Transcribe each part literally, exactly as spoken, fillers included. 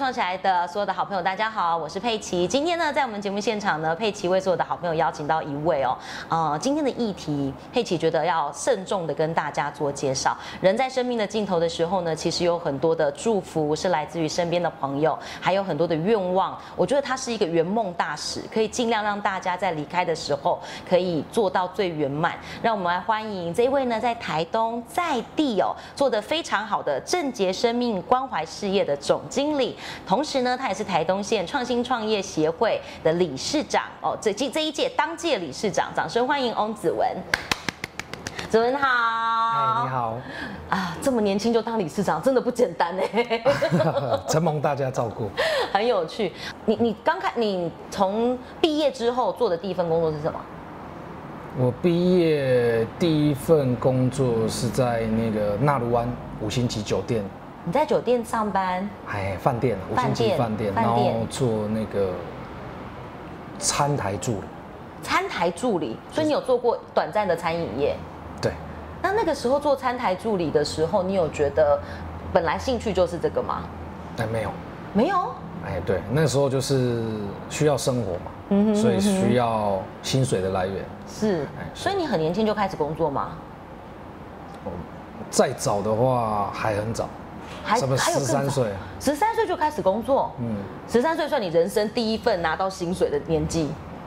创起来的所有的好朋友，大家好，我是佩奇。今天呢，在我们节目现场呢，佩奇为所有的好朋友邀请到一位哦，呃，今天的议题，佩奇觉得要慎重的跟大家做介绍。人在生命的尽头的时候呢，其实有很多的祝福是来自于身边的朋友，还有很多的愿望。我觉得他是一个圆梦大使，可以尽量让大家在离开的时候可以做到最圆满。让我们来欢迎这一位呢，在台东在地哦做得非常好的正杰生命关怀事业的总经理，同时呢，他也是台东县创新创业协会的理事长哦。这这一届当届理事长，掌声欢迎翁子文。子文好， 哎，你好啊，这么年轻就当理事长，真的不简单哎， 承蒙大家照顾， 很有趣。你你刚开，你从毕业之后做的第一份工作是什么？ 我毕业第一份工作是在那个纳卢湾五星级酒店。 你在酒店上班？ 哎，饭店，五星级饭店，然后做那个餐台助理。 餐台助理，所以你有做过短暂的餐饮业？ 对。 那那个时候做餐台助理的时候，你有觉得本来兴趣就是这个吗？ 哎，没有。 没有？ 哎，对，那时候就是需要生活嘛，嗯哼嗯哼，所以需要薪水的来源。 是。所以你很年轻就开始工作吗？ 再早的话还很早。 还什么十三岁？ 十三岁就开始工作，嗯，十三岁算你人生第一份拿到薪水的年纪。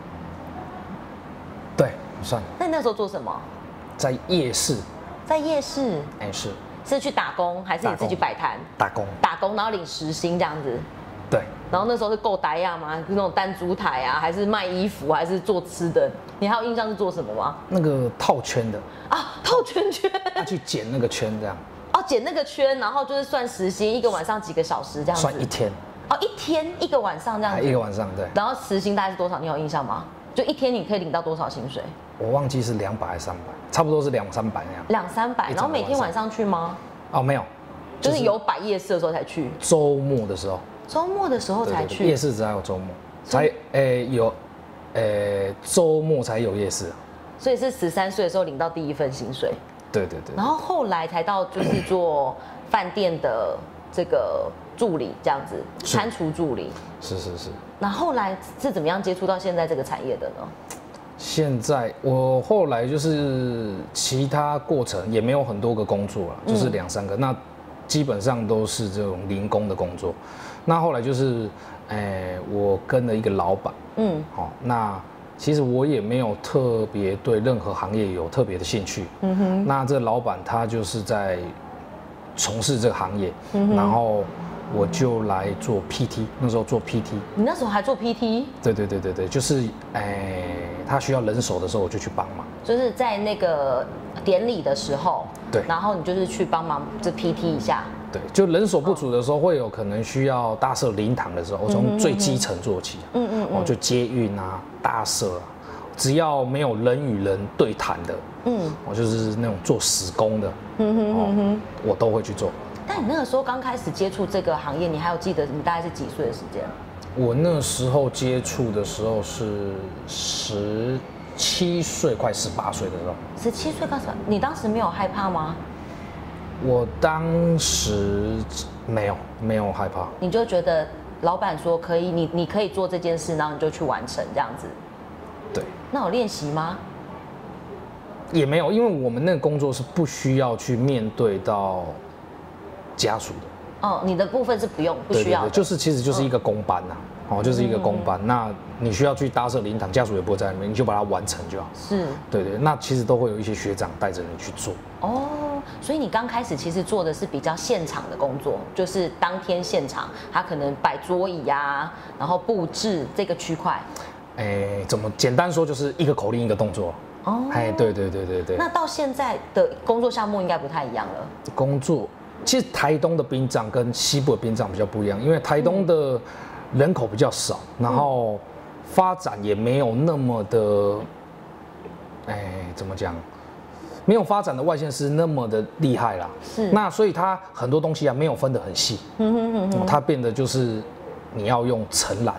对，算。 那你那时候做什么？ 在夜市。 在夜市？ 哎，是。 是去打工还是你自己摆摊？ 打工。 打工，然后领时薪这样子。 对。 然后那时候是够呆呀吗？那种弹珠台啊，还是卖衣服，还是做吃的？你还有印象是做什么吗？ 那个套圈的。 啊，套圈圈。 要去剪那个圈这样。 哦，剪那个圈，然后就是算时薪，一个晚上几个小时这样子。 算一天。 哦，一天一个晚上这样子。 一个晚上，对。 然后时薪大概是多少？你有印象吗？就一天你可以领到多少薪水？ 我忘记是两百还是三百，差不多是两三百那样。 两三百，然后每天晚上去吗？ 哦，没有， 就是有摆夜市的时候才去。 周末的时候。 周末的时候才去。 夜市只有周末才，诶有，诶周末才有夜市。 所以是十三岁的时候领到第一份薪水。 对对对。 然后后来才到就是做饭店的这个助理这样子，餐厨助理。 是是是。 那后来是怎么样接触到现在这个产业的呢？ 现在我后来就是其他过程也没有很多个工作了，就是两三个，嗯、那基本上都是这种零工的工作。那后来就是，哎，我跟了一个老板，嗯，好，那。其实我也没有特别对任何行业有特别的兴趣。嗯哼。那这老板他就是在从事这个行业，嗯、然后我就来做 P T， 那时候做 P T。 你那时候还做 P T？ 对对对对对，就是哎，他需要人手的时候，我就去帮忙。 就是在那个典礼的时候， 对， 然后你就是去帮忙这 P T 一下。 对，就人手不足的时候，会有可能需要搭设灵堂的时候，我从最基层做起，嗯嗯嗯，就接运啊、搭设啊，只要没有人与人对谈的，嗯，我就是那种做死工的，嗯哼哼哼，我都会去做。 但你那个时候刚开始接触这个行业，你还有记得你大概是几岁的时间？ 我那时候接触的时候是十七岁，快十八岁的时候。 十七岁开始，你当时没有害怕吗？ 我当时没有没有害怕， 你就觉得老板说可以，你你可以做这件事，然后你就去完成这样子。 对。 那有练习吗？ 也没有，因为我们那个工作是不需要去面对到家属的。 哦，你的部分是不用不需要的， 对对对，就是其实就是一个工班呐、啊，哦，就是一个工班。嗯、那你需要去搭设灵堂，家属也不会在那边，你就把它完成就好。 是。 对对，那其实都会有一些学长带着你去做。 哦。所以你刚开始其实做的是比较现场的工作，就是当天现场，他可能摆桌椅啊，然后布置这个区块。 哎，怎么简单说就是一个口令一个动作。哦。哎，对对对对对。 那到现在的工作项目应该不太一样了。 工作其实台东的殡葬跟西部的殡葬比较不一样，因为台东的人口比较少，然后发展也没有那么的，哎，怎么讲？没有发展的外县市那么的厉害啦，是那所以它很多东西啊没有分得很细，嗯哼哼哼，它变得就是你要用承揽的，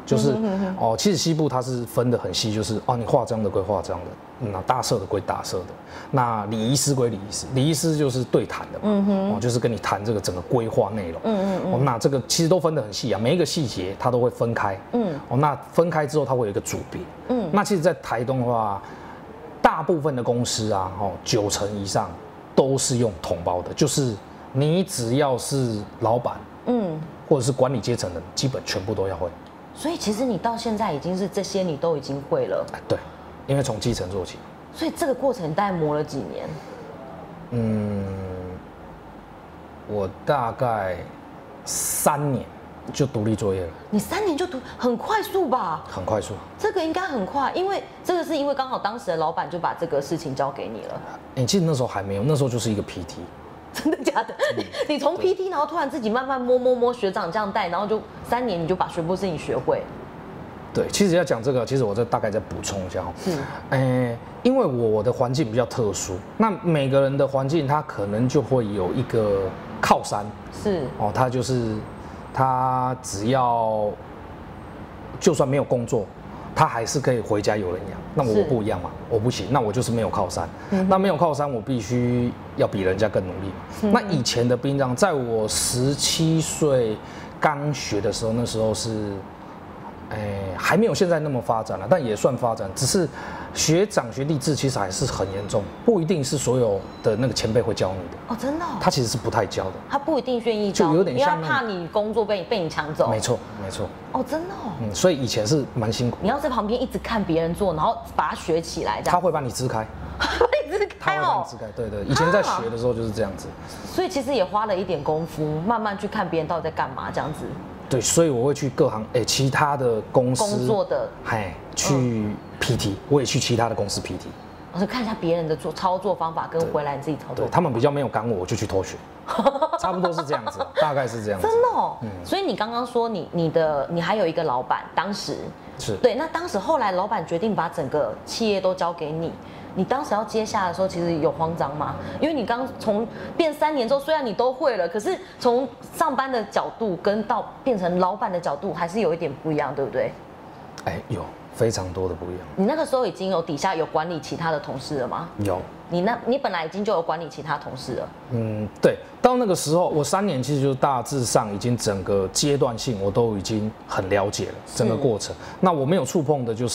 就是哦，其实西部它是分得很细，就是哦，你化妆的归化妆的，那大社的归大社的，那礼仪师归礼仪师，礼仪师就是对谈的嘛，嗯哦，就是跟你谈这个整个规划内容，嗯嗯嗯，哦，那这个其实都分得很细啊，每一个细节它都会分开，嗯，哦，那分开之后它会有一个组别，嗯，那其实，在台东的话，大部分的公司啊，哦，九成以上都是用统包的，就是你只要是老板，嗯，或者是管理阶层的，基本全部都要会。 所以其实你到现在已经是这些你都已经会了。 对，因为从基层做起。 所以这个过程大概磨了几年？ 嗯，我大概三年就独立作业了。 你三年就独，很快速吧？ 很快速。 这个应该很快，因为这个是因为刚好当时的老板就把这个事情交给你了。 你、欸、其实那时候还没有，那时候就是一个 P T。 真的假的？嗯、你从 P T， 然后突然自己慢慢摸摸摸，学长这样带，然后就三年你就把全部事情学会。 对，其实要讲这个，其实我再大概再补充一下哈。是。哎、欸，因为我的环境比较特殊，那每个人的环境他可能就会有一个靠山。 是。 哦，他就是他只要就算没有工作，他还是可以回家有人养。那我不一样嘛，我不行，那我就是没有靠山。嗯、那没有靠山，我必须要比人家更努力嘛。嗯、那以前的兵长，在我十七岁刚学的时候，那时候是，哎、欸，还没有现在那么发展了，但也算发展。只是学长学弟制其实还是很严重，不一定是所有的那个前辈会教你的。 哦，真的、哦？ 他其实是不太教的。 他不一定愿意教， 就有点像， 因为他怕你工作被被你抢走。 没错，没错。 哦，真的哦。 嗯，所以以前是蛮辛苦。 你要在旁边一直看别人做，然后把它学起来，这样。 他会把你支开。 把你支开哦。他会把你支开，对对。以前在学的时候就是这样子。 所以其实也花了一点功夫，慢慢去看别人到底在干嘛，这样子。 对，所以我会去各行，哎、欸，其他的公司工作的， 哎，去 P T，、嗯、我也去其他的公司 P T， 我就看一下别人的做操作方法，跟回来你自己操作。 对，他们比较没有赶我，我就去偷学，差不多是这样子，大概是这样子。 真的哦，嗯、所以你刚刚说你你的你还有一个老板，当时是对，那当时后来老板决定把整个企业都交给你。你当时要接下的时候，其实有慌张吗？因为你刚从变三年之后，虽然你都会了，可是从上班的角度跟到变成老板的角度，还是有一点不一样，对不对？ 哎，有非常多的不一样。 你那个时候已经有底下有管理其他的同事了吗？ 有。 你那，你本来已经就有管理其他同事了。 嗯，对。到那个时候，我三年其实就大致上已经整个阶段性我都已经很了解了整个过程。那我没有触碰的就是。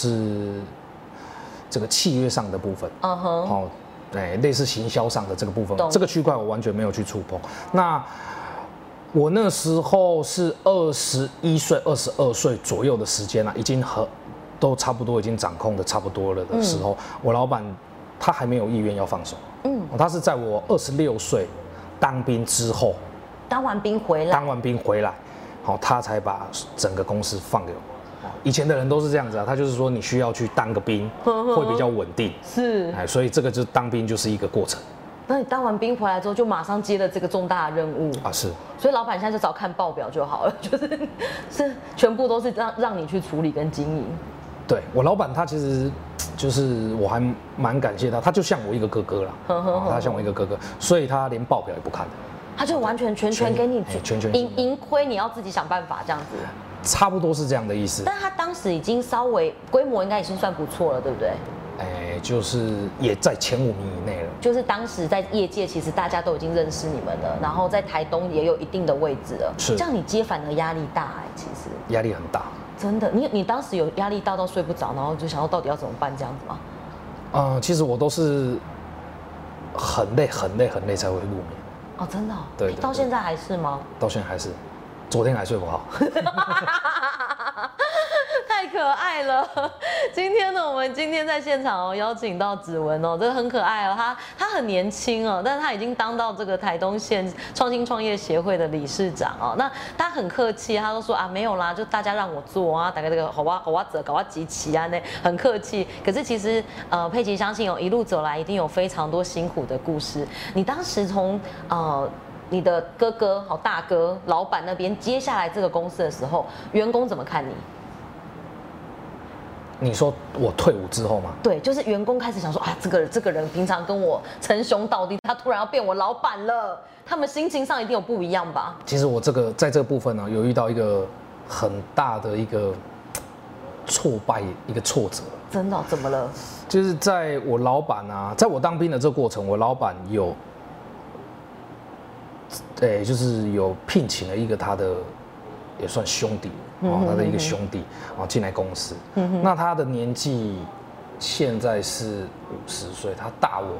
这个契约上的部分，嗯哼，好，哎，类似行销上的这个部分，这个区块我完全没有去触碰。那我那时候是二十一岁、二十二岁左右的时间了，已经和都差不多已经掌控的差不多了的时候，嗯、我老板他还没有意愿要放手，嗯，他是在我二十六岁当兵之后， 当完兵回来， 当完兵回来，好，他才把整个公司放给我。以前的人都是这样子啊，他就是说你需要去当个兵，会比较稳定， 是， 哎，所以这个就当兵就是一个过程。 那你当完兵回来之后，就马上接了这个重大的任务啊，是。 所以老板现在就只要看报表就好了，就是是全部都是让让你去处理跟经营。 对我老板他其实就是我还蛮感谢他，他就像我一个哥哥啦，他像我一个哥哥，所以他连报表也不看的， 他就完全全权给你， 全权盈盈亏你要自己想办法这样子。 差不多是这样的意思， 但他当时已经稍微规模应该已经算不错了，对不对？ 哎，就是也在前五名以内了。 就是当时在业界，其实大家都已经认识你们了，然后在台东也有一定的位置了。 是， 这样你接反而压力大哎，其实压力很大。 真的，你你当时有压力大到睡不着，然后就想到到底要怎么办这样子吗？ 啊、呃，其实我都是很累、很累、很累才会入眠。 哦，真的、哦？ 对, 对, 对， 到现在还是吗？ 到现在还是。昨天还睡不好， 太可爱了。今天呢，我们今天在现场哦，邀请到芷雯哦，这个很可爱哦，他他很年轻哦，但是他已经当到这个台东县创新创业协会的理事长哦。那他很客气，他都说啊没有啦，就大家让我做啊，大概这个好哇好哇者搞哇集齐啊，那很客气。可是其实呃，佩琪相信哦，一路走来一定有非常多辛苦的故事。你当时从呃。你的哥哥、好大哥、老板那边接下来这个公司的时候，员工怎么看你？ 你说我退伍之后吗？ 对，就是员工开始想说啊，这个这个人平常跟我称兄道弟，他突然要变我老板了，他们心情上一定有不一样吧？ 其实我这个在这个部分呢、啊，有遇到一个很大的一个挫败，一个挫折。 真的、哦？怎么了？ 就是在我老板啊，在我当兵的这个过程，我老板有，对，就是有聘请了一个他的，也算兄弟哦，他的一个兄弟哦进来公司。嗯、那他的年纪现在是五十岁，他大我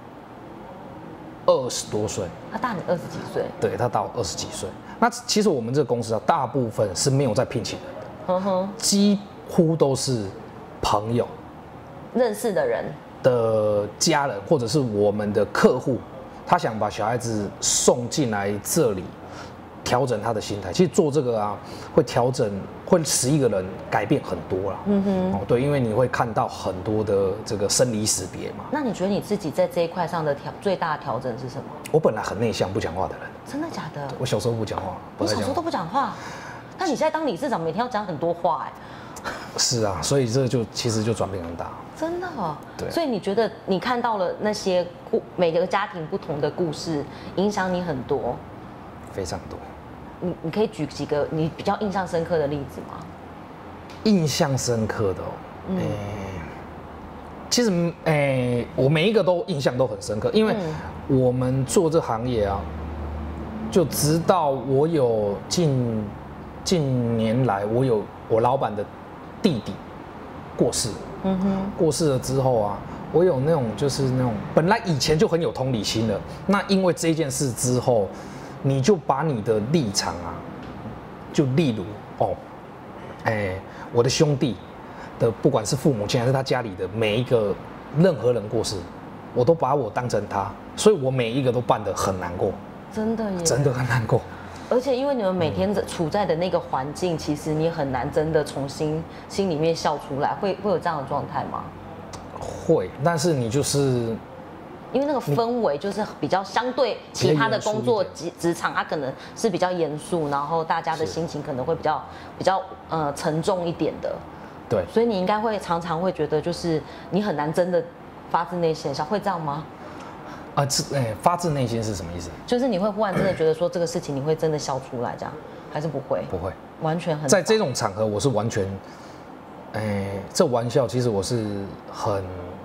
二十多岁。 他大你二十几岁？ 对，他大我二十几岁。那其实我们这个公司啊，大部分是没有在聘请人的，嗯哼，几乎都是朋友。 认识的人的家人，或者是我们的客户，他想把小孩子送进来这里，调整他的心态。其实做这个啊，会调整，会使一个人改变很多啦。嗯哼，哦，对，因为你会看到很多的这个生离死别嘛。 那你觉得你自己在这一块上的调最大的调整是什么？ 我本来很内向、不讲话的人。 真的假的？ 我小时候不讲话， 你小时候都不讲话？那你现在当理事长，每天要讲很多话哎。 是啊，所以这就其实就转变很大。 真的、哦， 对。 所以你觉得你看到了那些故每个家庭不同的故事，影响你很多， 非常多。 你你可以举几个你比较印象深刻的例子吗？ 印象深刻的、哦，嗯、欸，其实，哎、欸，我每一个都印象都很深刻，因为我们做这行业啊，就直到我有近近年来，我有我老板的弟弟过世，嗯哼，过世了之后啊，我有那种就是那种本来以前就很有同理心了，那因为这件事之后，你就把你的立场啊，就例如哦，哎、欸，我的兄弟的，不管是父母亲还是他家里的每一个任何人过世，我都把我当成他，所以我每一个都办得很难过， 真的耶， 真的很难过。 而且因为你们每天处在的那个环境，其实你很难真的重新心里面笑出来，会会有这样的状态吗？ 会，但是你就是因为那个氛围就是比较相对其他的工作职职场，它可能是比较严肃，然后大家的心情可能会比较比较呃沉重一点的。 对， 所以你应该会常常会觉得，就是你很难真的发自内心的笑，会这样吗？ 啊，这哎，发自内心是什么意思？ 就是你会忽然真的觉得说这个事情，你会真的笑出来，这样还是不会？ 不会， 完全很。 在这种场合，我是完全，哎，这玩笑其实我是很，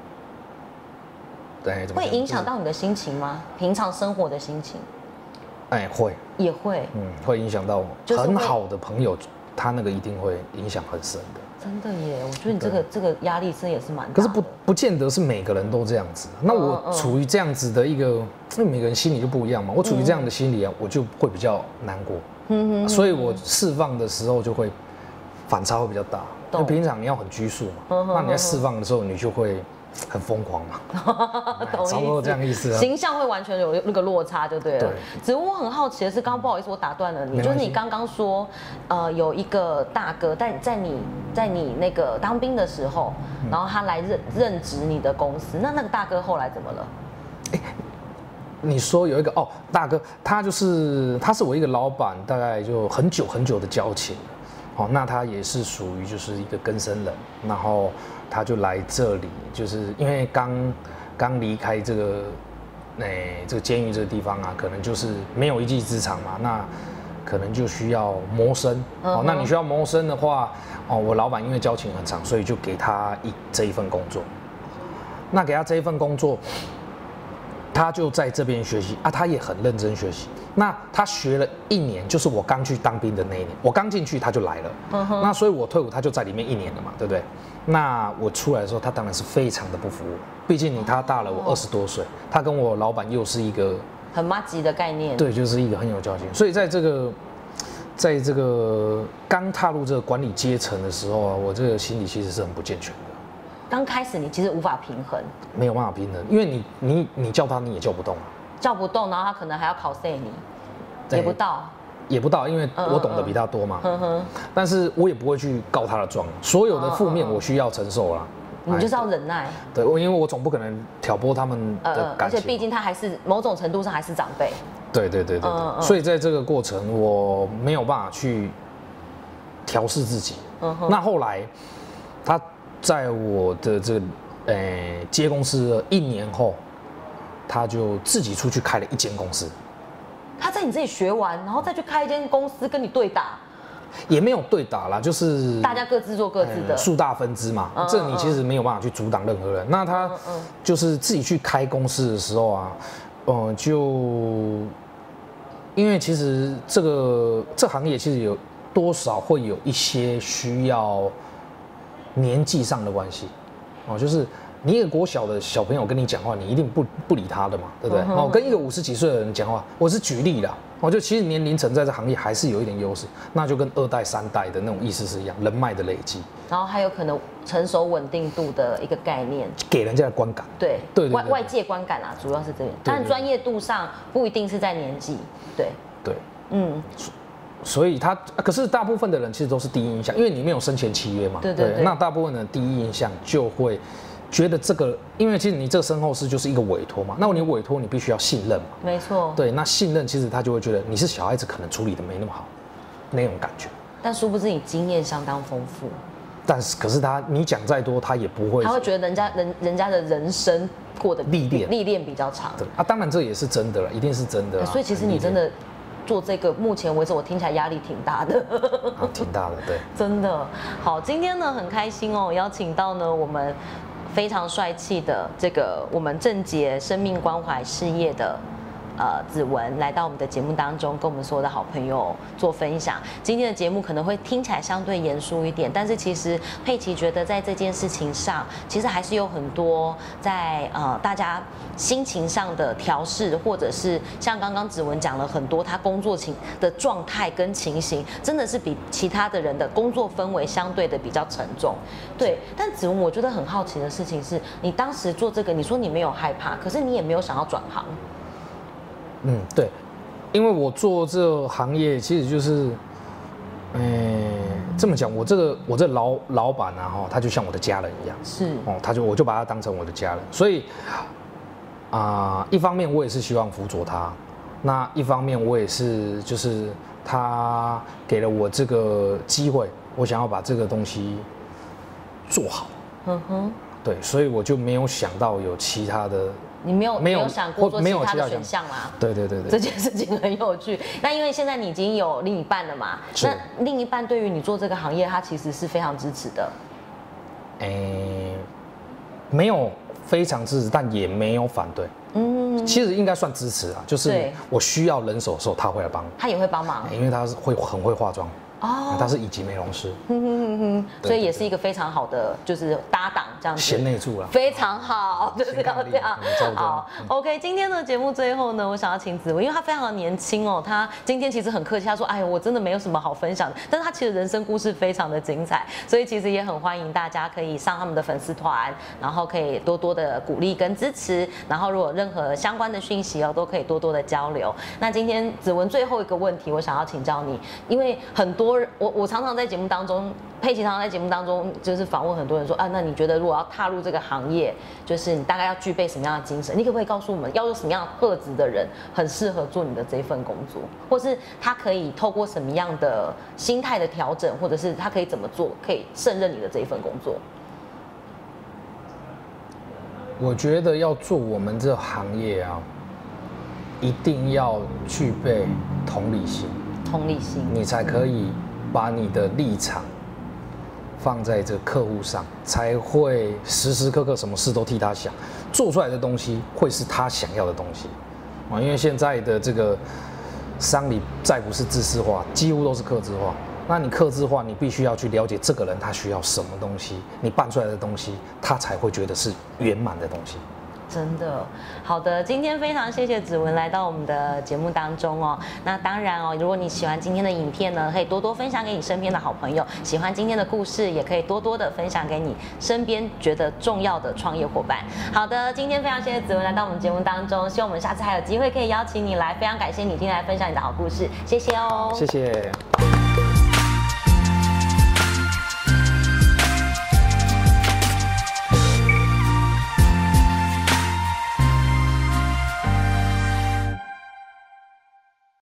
对， 会影响到你的心情吗？平常生活的心情？ 哎，会， 也会， 嗯，会影响到很好的朋友，他那个一定会影响很深的。 真的耶，我觉得你这个这个压力真的也是蛮大的。 可是不不见得是每个人都这样子。那我处于这样子的一个，因为每个人心理就不一样嘛。我处于这样的心理啊，我就会比较难过。嗯所以我释放的时候就会反差会比较大。因为平常你要很拘束嘛，那你在释放的时候，你就会很疯狂嘛，差不多这样意思啊。 形象会完全有那个落差，就对了。 对。 只是我很好奇的是，刚刚不好意思，我打断了你，就是你刚刚说，呃，有一个大哥，但在你在你那个当兵的时候，然后他来任任职你的公司，那那个大哥后来怎么了？ 欸你说有一个哦，大哥，他就是他是我一个老板，大概就很久很久的交情，哦，那他也是属于就是一个更生人，然后他就来这里，就是因为刚刚离开这个，哎、欸，这个监狱这个地方啊，可能就是没有一技之长嘛，那可能就需要谋生，哦，那你需要谋生的话，哦，我老板因为交情很长，所以就给他一这一份工作，那给他这一份工作。他就在这边学习啊，他也很认真学习。那他学了一年，就是我刚去当兵的那一年，我刚进去他就来了。Uh huh. 那所以我退伍，他就在里面一年了嘛，对不对？那我出来的时候，他当然是非常的不服我，毕竟你他大了我二十多岁，他跟我老板又是一个很麻吉的概念， 对，就是一个很有交情。所以在这个，在这个刚踏入这个管理阶层的时候啊，我这个心理其实是很不健全的。 刚开始你其实无法平衡， 没有办法平衡，因为你你你叫他你也叫不动啊， 叫不动，然后他可能还要考试你，也不到， 也不到，因为我懂得比他多嘛，嗯嗯但是我也不会去告他的状，所有的负面我需要承受啦， 你就是要忍耐， 对，因为我总不可能挑拨他们的感情， 而且毕竟他还是某种程度上还是长辈， 对对对对对，所以在这个过程我没有办法去调试自己，那后来他。在我的这个，呃、欸，接公司一年后，他就自己出去开了一间公司。 他在你这里学完，然后再去开一间公司跟你对打。 也没有对打啦，就是大家各自做各自的， 树大分支嘛， 嗯这你其实没有办法去阻挡任何人。那他就是自己去开公司的时候啊，嗯、呃，就因为其实这个这行业其实有多少会有一些需要年纪上的关系，哦，就是你一个国小的小朋友跟你讲话，你一定不不理他的嘛，对不对？哦，跟一个五十几岁的人讲话，我是举例啦。我就其实年龄层在这行业还是有一点优势，那就跟二代三代的那种意思是一样，人脉的累积， 然后还有可能成熟稳定度的一个概念， 给人家的观感， 对对外外界观感啊，主要是这边，但专业度上不一定是在年纪，对对， 嗯， 所以他可是大部分的人其实都是第一印象，因为你没有生前契约嘛， 对对对， 那大部分的第一印象就会觉得这个，因为其实你这个身后事就是一个委托嘛，那你委托你必须要信任嘛， 没错， 对，那信任其实他就会觉得你是小孩子，可能处理的没那么好，那种感觉。 但殊不知你经验相当丰富， 但是可是他你讲再多，他也不会， 他会觉得人家人人家的人生过得历练历练比较长， 对啊，当然这也是真的了，一定是真的啦。 所以其实你真的做这个，目前为止我听起来压力挺大的， 啊，挺大的，对， 真的好。今天呢很开心哦，邀请到呢我们非常帅气的这个我们正杰生命关怀事业的呃子文来到我们的节目当中，跟我们所有的好朋友做分享。今天的节目可能会听起来相对严肃一点，但是其实佩奇觉得在这件事情上，其实还是有很多在呃大家心情上的调试，或者是像刚刚子文讲了很多他工作情的状态跟情形，真的是比其他的人的工作氛围相对的比较沉重。对，但子文我觉得很好奇的事情是，你当时做这个，你说你没有害怕，可是你也没有想要转行。 嗯，对，因为我做这个行业，其实就是，呃，这么讲，我这个我这老老板啊，哈，他就像我的家人一样， 是哦，他就我就把他当成我的家人，所以啊、呃，一方面我也是希望辅佐他，那一方面我也是就是他给了我这个机会，我想要把这个东西做好，嗯哼，对，所以我就没有想到有其他的。 你没有没有没有想过做其他的选项啦？ 对对对对， 这件事情很有趣。那因为现在你已经有另一半了嘛，那另一半对于你做这个行业，他其实是非常支持的。 诶，没有非常支持，但也没有反对。嗯，其实应该算支持啊，就是我需要人手的时候，他会来帮， 他也会帮忙， 因为他是会很会化妆。哦，他是乙级美容师， 哼哼哼哼，所以也是一个非常好的就是搭档这样子， 贤内助啦， 非常好，就是要这样。好 ，OK， 今天的节目最后呢，我想要请子文，因为他非常的年轻哦，他今天其实很客气，他说：“哎呦，我真的没有什么好分享的。”但是他其实人生故事非常的精彩，所以其实也很欢迎大家可以上他们的粉丝团，然后可以多多的鼓励跟支持，然后如果任何相关的讯息哦，都可以多多的交流。那今天子文最后一个问题，我想要请教你，因为很多。我我常常在节目当中，佩奇常常在节目当中就是访问很多人说啊，那你觉得如果要踏入这个行业，就是你大概要具备什么样的精神？你可不可以告诉我们，要有什么样的特质的人很适合做你的这份工作，或是他可以透过什么样的心态的调整，或者是他可以怎么做，可以胜任你的这一份工作？ 我觉得要做我们这行业啊，一定要具备同理心。 同理心， 你才可以把你的立场放在这个客户上，才会时时刻刻什么事都替他想，做出来的东西会是他想要的东西啊。因为现在的这个商理再不是自私化，几乎都是客制化。那你客制化，你必须要去了解这个人他需要什么东西，你办出来的东西，他才会觉得是圆满的东西。 真的，好的，今天非常谢谢子文来到我们的节目当中哦。那当然哦，如果你喜欢今天的影片呢，可以多多分享给你身边的好朋友；喜欢今天的故事，也可以多多的分享给你身边觉得重要的创业伙伴。好的，今天非常谢谢子文来到我们节目当中，希望我们下次还有机会可以邀请你来，非常感谢你今天来分享你的好故事，谢谢哦， 谢谢。